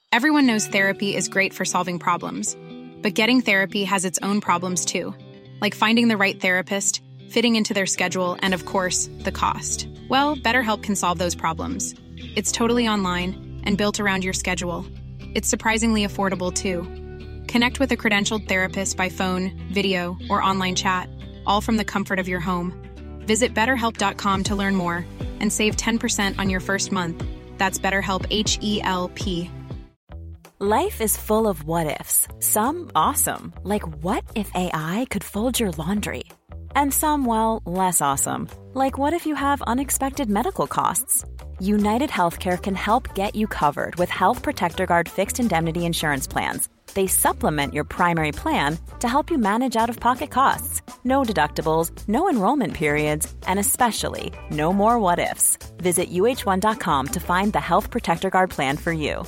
Everyone knows therapy is great for solving problems, but getting therapy has its own problems too, like finding the right therapist, fitting into their schedule, and of course, the cost. Well, BetterHelp can solve those problems. It's totally online and built around your schedule. It's surprisingly affordable too. Connect with a credentialed therapist by phone, video, or online chat, all from the comfort of your home. Visit BetterHelp.com to learn more and save 10% on your first month. That's BetterHelp, H-E-L-P. Life is full of what-ifs. Some awesome, like what if AI could fold your laundry? And some, well, less awesome, like what if you have unexpected medical costs? United Healthcare can help get you covered with Health Protector Guard fixed indemnity insurance plans. They supplement your primary plan to help you manage out-of-pocket costs. No deductibles, no enrollment periods, and especially no more what-ifs. Visit uh1.com to find the Health Protector Guard plan for you.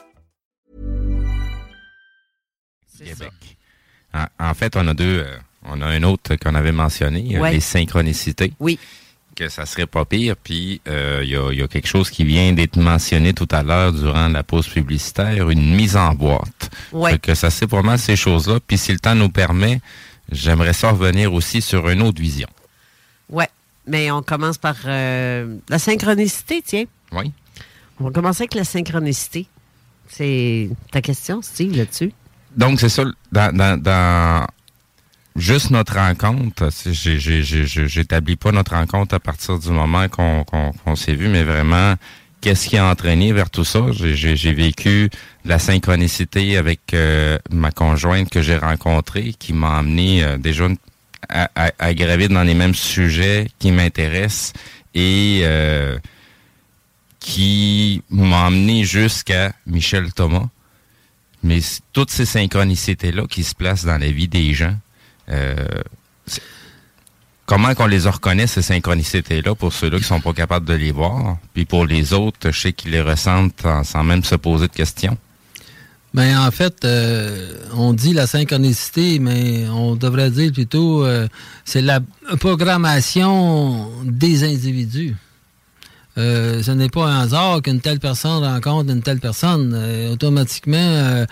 Québec. En fait, on a deux. On a un autre qu'on avait mentionné, les synchronicités. Oui. Que ça serait pas pire. Puis, il y a quelque chose qui vient d'être mentionné tout à l'heure durant la pause publicitaire, une mise en boîte. Oui. Que ça c'est pour moi ces choses-là. Puis, si le temps nous permet, j'aimerais ça revenir aussi sur une autre vision. Oui. Mais on commence par la synchronicité, tiens. Oui. On va commencer avec la synchronicité. C'est ta question, Steve, là-dessus? Donc, c'est ça. Dans juste notre rencontre, j'établis pas notre rencontre à partir du moment qu'on s'est vu, mais vraiment, qu'est-ce qui a entraîné vers tout ça? J'ai vécu la synchronicité avec ma conjointe que j'ai rencontrée, qui m'a amené déjà à gravir dans les mêmes sujets qui m'intéressent et qui m'a amené jusqu'à Michel Thomas. Mais toutes ces synchronicités-là qui se placent dans la vie des gens, comment qu'on les reconnaît, ces synchronicités-là, pour ceux-là qui sont pas capables de les voir, puis pour les autres, je sais qu'ils les ressentent sans même se poser de questions? Ben en fait, on dit la synchronicité, mais on devrait dire plutôt c'est la programmation des individus. Ce n'est pas un hasard qu'une telle personne rencontre une telle personne. Automatiquement,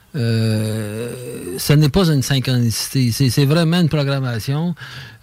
ce n'est pas une synchronicité. C'est vraiment une programmation.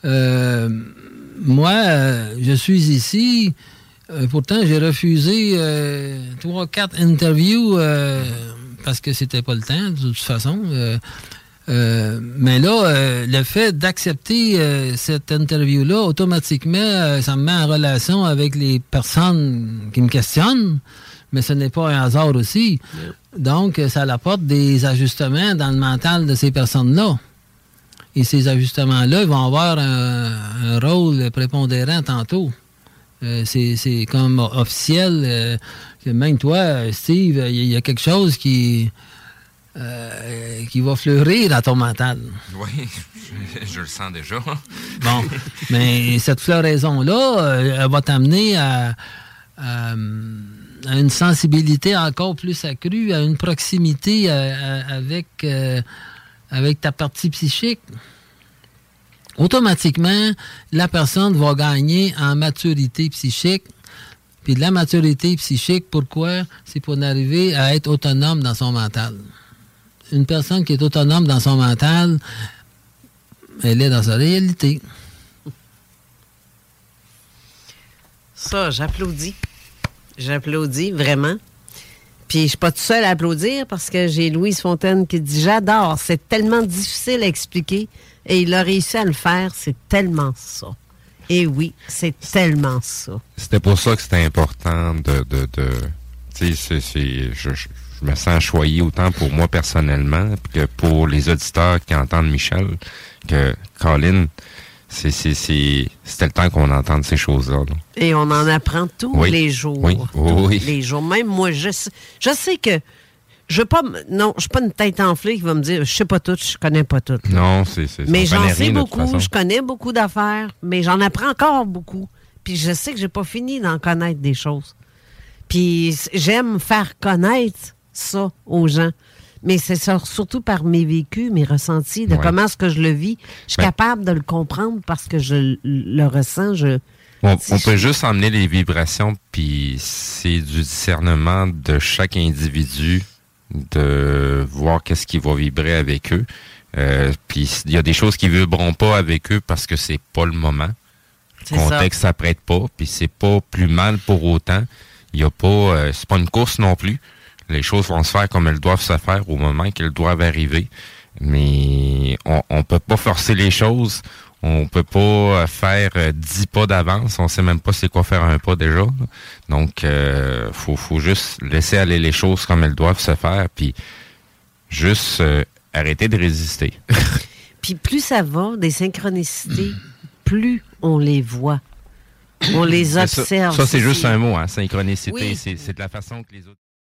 Moi, je suis ici. Pourtant, j'ai refusé 3-4 interviews parce que c'était pas le temps, de toute façon. Mais là, le fait d'accepter cette interview-là, automatiquement, ça me met en relation avec les personnes qui me questionnent, mais ce n'est pas un hasard aussi. Donc, ça apporte des ajustements dans le mental de ces personnes-là. Et ces ajustements-là, ils vont avoir un rôle prépondérant tantôt. C'est comme officiel. Même toi, Steve, il y a quelque chose qui va fleurir dans ton mental. Oui, je le sens déjà. Bon, mais cette floraison-là, elle va t'amener à une sensibilité encore plus accrue, à une proximité avec ta partie psychique. Automatiquement, la personne va gagner en maturité psychique. Puis de la maturité psychique, pourquoi? C'est pour arriver à être autonome dans son mental. Une personne qui est autonome dans son mental, elle est dans sa réalité. Ça, j'applaudis. J'applaudis, vraiment. Puis je suis pas toute seule à applaudir parce que j'ai Louise Fontaine qui dit « J'adore, c'est tellement difficile à expliquer. » Et il a réussi à le faire, c'est tellement ça. Et oui, c'est tellement ça. C'était pour ça que c'était important de tu sais, je me sens choyé autant pour moi personnellement que pour les auditeurs qui entendent Michel, que Colin, c'était le temps qu'on entende ces choses-là. Là. Et on en apprend tous les jours. Oui, oui. Les jours. Même moi, je sais que je suis pas une tête enflée qui va me dire je sais pas tout, je connais pas tout. Là. Non, mais j'en sais beaucoup, je connais beaucoup d'affaires, mais j'en apprends encore beaucoup. Puis je sais que j'ai pas fini d'en connaître des choses. Puis j'aime faire connaître ça aux gens. Mais c'est ça, surtout par mes vécus, mes ressentis, de comment est-ce que je le vis. Je suis capable de le comprendre parce que je le ressens. On peut juste emmener les vibrations, puis c'est du discernement de chaque individu de voir qu'est-ce qui va vibrer avec eux. Puis il y a des choses qui vibreront pas avec eux parce que c'est pas le moment. Le contexte s'apprête pas, puis c'est pas plus mal pour autant. Il y a pas, c'est pas une course non plus. Les choses vont se faire comme elles doivent se faire au moment qu'elles doivent arriver. Mais on peut pas forcer les choses. On peut pas faire 10 pas d'avance. On sait même pas c'est quoi faire un pas déjà. Donc, faut juste laisser aller les choses comme elles doivent se faire, puis juste arrêter de résister. Puis plus ça va, des synchronicités, plus on les voit. On les observe. Ça c'est juste un mot, hein, synchronicité. Oui. C'est de la façon que les autres...